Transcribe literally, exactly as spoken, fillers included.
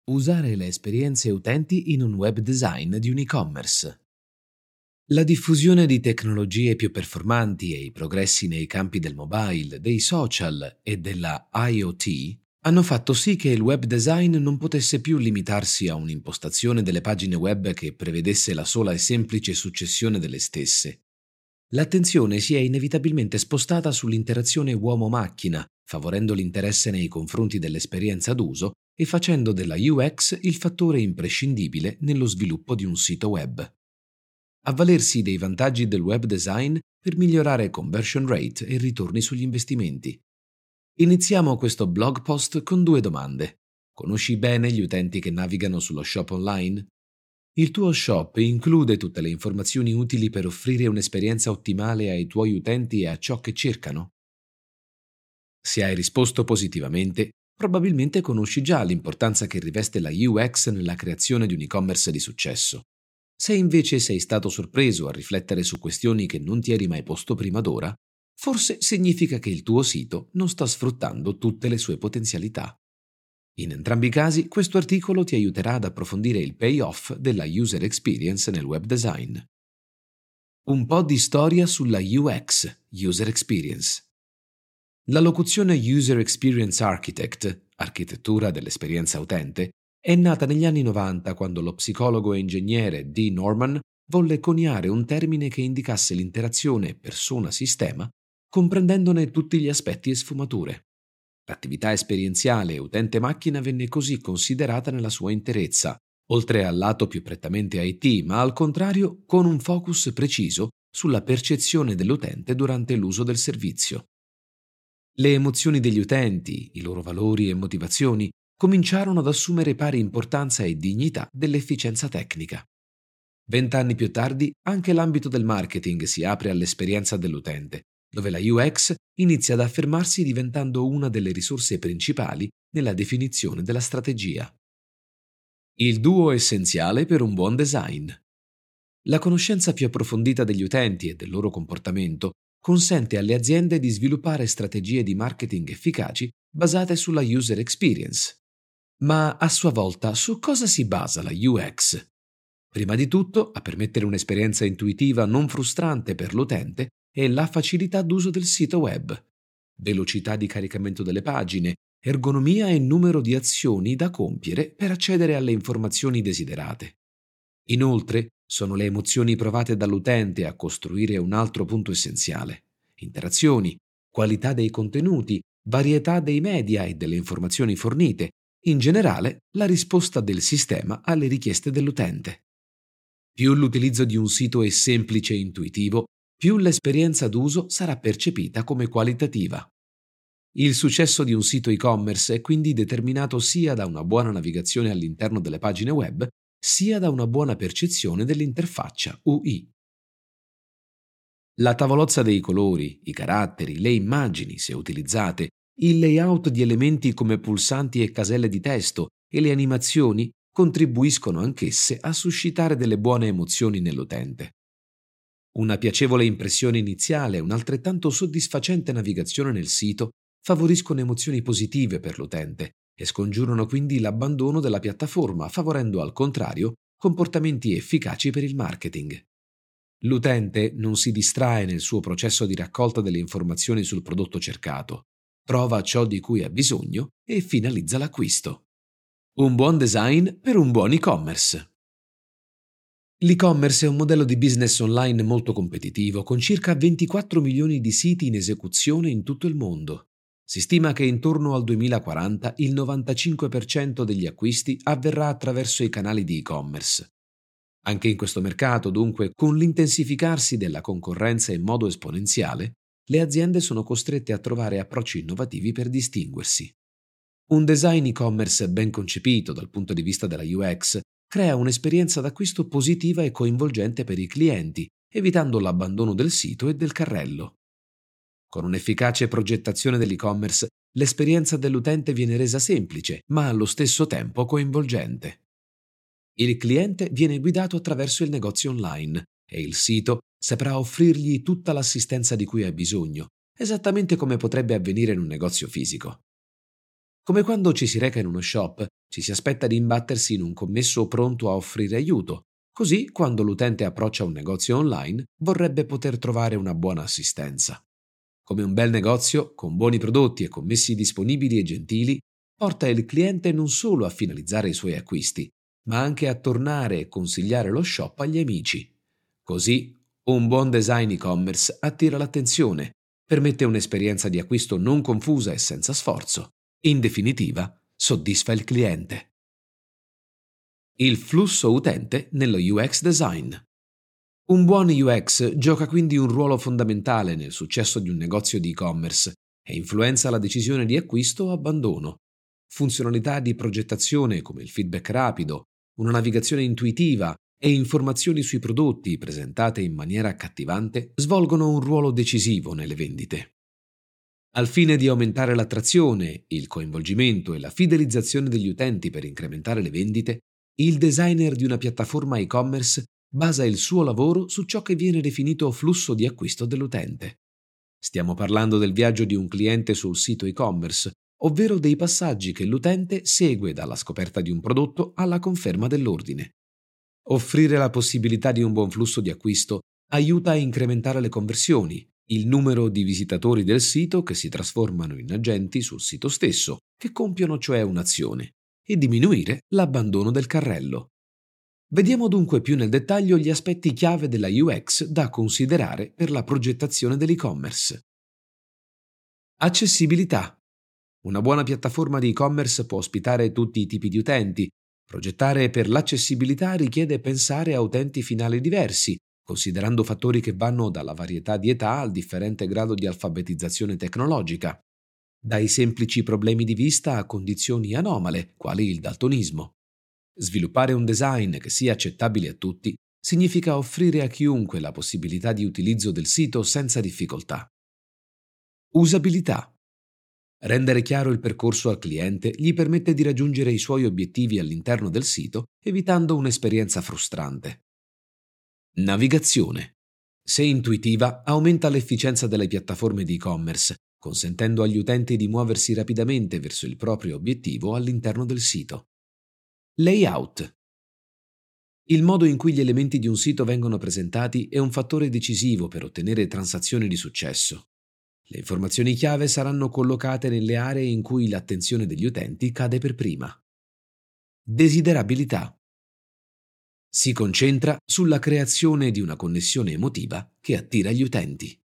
Usare le esperienze utenti in un web design di un e-commerce. La diffusione di tecnologie più performanti e i progressi nei campi del mobile, dei social e della IoT hanno fatto sì che il web design non potesse più limitarsi a un'impostazione delle pagine web che prevedesse la sola e semplice successione delle stesse. L'attenzione si è inevitabilmente spostata sull'interazione uomo-macchina, favorendo l'interesse nei confronti dell'esperienza d'uso e facendo della U X il fattore imprescindibile nello sviluppo di un sito web. Avvalersi dei vantaggi del web design per migliorare conversion rate e ritorni sugli investimenti. Iniziamo questo blog post con due domande. Conosci bene gli utenti che navigano sullo shop online? Il tuo shop include tutte le informazioni utili per offrire un'esperienza ottimale ai tuoi utenti e a ciò che cercano? Se hai risposto positivamente, probabilmente conosci già l'importanza che riveste la U X nella creazione di un e-commerce di successo. Se invece sei stato sorpreso a riflettere su questioni che non ti eri mai posto prima d'ora, forse significa che il tuo sito non sta sfruttando tutte le sue potenzialità. In entrambi i casi, questo articolo ti aiuterà ad approfondire il payoff della user experience nel web design. Un po' di storia sulla U X, User Experience. La locuzione User Experience Architect, architettura dell'esperienza utente, è nata negli anni novanta quando lo psicologo e ingegnere Dee Norman volle coniare un termine che indicasse l'interazione persona-sistema, comprendendone tutti gli aspetti e sfumature. L'attività esperienziale utente-macchina venne così considerata nella sua interezza, oltre al lato più prettamente I T, ma al contrario con un focus preciso sulla percezione dell'utente durante l'uso del servizio. Le emozioni degli utenti, i loro valori e motivazioni, cominciarono ad assumere pari importanza e dignità dell'efficienza tecnica. Vent'anni più tardi, anche l'ambito del marketing si apre all'esperienza dell'utente, dove la U X inizia ad affermarsi diventando una delle risorse principali nella definizione della strategia. Il duo essenziale per un buon design. La conoscenza più approfondita degli utenti e del loro comportamento consente alle aziende di sviluppare strategie di marketing efficaci basate sulla user experience. Ma a sua volta, su cosa si basa la U X? Prima di tutto, a permettere un'esperienza intuitiva non frustrante per l'utente è la facilità d'uso del sito web, velocità di caricamento delle pagine, ergonomia e numero di azioni da compiere per accedere alle informazioni desiderate. Inoltre, sono le emozioni provate dall'utente a costruire un altro punto essenziale: interazioni, qualità dei contenuti, varietà dei media e delle informazioni fornite, in generale la risposta del sistema alle richieste dell'utente. Più l'utilizzo di un sito è semplice e intuitivo, più l'esperienza d'uso sarà percepita come qualitativa. Il successo di un sito e-commerce è quindi determinato sia da una buona navigazione all'interno delle pagine web, sia da una buona percezione dell'interfaccia U I. La tavolozza dei colori, i caratteri, le immagini, se utilizzate, il layout di elementi come pulsanti e caselle di testo e le animazioni contribuiscono anch'esse a suscitare delle buone emozioni nell'utente. Una piacevole impressione iniziale e un'altrettanto soddisfacente navigazione nel sito favoriscono emozioni positive per l'utente e scongiurano quindi l'abbandono della piattaforma, favorendo al contrario comportamenti efficaci per il marketing. L'utente non si distrae nel suo processo di raccolta delle informazioni sul prodotto cercato, trova ciò di cui ha bisogno e finalizza l'acquisto. Un buon design per un buon e-commerce. L'e-commerce è un modello di business online molto competitivo, con circa ventiquattro milioni di siti in esecuzione in tutto il mondo. Si stima che intorno al duemilaquaranta il novantacinque per cento degli acquisti avverrà attraverso i canali di e-commerce. Anche in questo mercato, dunque, con l'intensificarsi della concorrenza in modo esponenziale, le aziende sono costrette a trovare approcci innovativi per distinguersi. Un design e-commerce ben concepito dal punto di vista della U X crea un'esperienza d'acquisto positiva e coinvolgente per i clienti, evitando l'abbandono del sito e del carrello. Con un'efficace progettazione dell'e-commerce, l'esperienza dell'utente viene resa semplice, ma allo stesso tempo coinvolgente. Il cliente viene guidato attraverso il negozio online e il sito saprà offrirgli tutta l'assistenza di cui ha bisogno, esattamente come potrebbe avvenire in un negozio fisico. Come quando ci si reca in uno shop, ci si aspetta di imbattersi in un commesso pronto a offrire aiuto. Così, quando l'utente approccia un negozio online, vorrebbe poter trovare una buona assistenza. Come un bel negozio, con buoni prodotti e commessi disponibili e gentili, porta il cliente non solo a finalizzare i suoi acquisti, ma anche a tornare e consigliare lo shop agli amici. Così, un buon design e-commerce attira l'attenzione, permette un'esperienza di acquisto non confusa e senza sforzo. In definitiva, soddisfa il cliente. Il flusso utente nello U X design. Un buon U X gioca quindi un ruolo fondamentale nel successo di un negozio di e-commerce e influenza la decisione di acquisto o abbandono. Funzionalità di progettazione come il feedback rapido, una navigazione intuitiva e informazioni sui prodotti presentate in maniera accattivante svolgono un ruolo decisivo nelle vendite. Al fine di aumentare l'attrazione, il coinvolgimento e la fidelizzazione degli utenti per incrementare le vendite, il designer di una piattaforma e-commerce basa il suo lavoro su ciò che viene definito flusso di acquisto dell'utente. Stiamo parlando del viaggio di un cliente sul sito e-commerce, ovvero dei passaggi che l'utente segue dalla scoperta di un prodotto alla conferma dell'ordine. Offrire la possibilità di un buon flusso di acquisto aiuta a incrementare le conversioni, il numero di visitatori del sito che si trasformano in agenti sul sito stesso, che compiono cioè un'azione, e diminuire l'abbandono del carrello. Vediamo dunque più nel dettaglio gli aspetti chiave della U X da considerare per la progettazione dell'e-commerce. Accessibilità. Una buona piattaforma di e-commerce può ospitare tutti i tipi di utenti. Progettare per l'accessibilità richiede pensare a utenti finali diversi, considerando fattori che vanno dalla varietà di età al differente grado di alfabetizzazione tecnologica, dai semplici problemi di vista a condizioni anomale, quali il daltonismo. Sviluppare un design che sia accettabile a tutti significa offrire a chiunque la possibilità di utilizzo del sito senza difficoltà. Usabilità. Rendere chiaro il percorso al cliente gli permette di raggiungere i suoi obiettivi all'interno del sito, evitando un'esperienza frustrante. Navigazione. Se intuitiva, aumenta l'efficienza delle piattaforme di e-commerce, consentendo agli utenti di muoversi rapidamente verso il proprio obiettivo all'interno del sito. Layout. Il modo in cui gli elementi di un sito vengono presentati è un fattore decisivo per ottenere transazioni di successo. Le informazioni chiave saranno collocate nelle aree in cui l'attenzione degli utenti cade per prima. Desiderabilità. Si concentra sulla creazione di una connessione emotiva che attira gli utenti.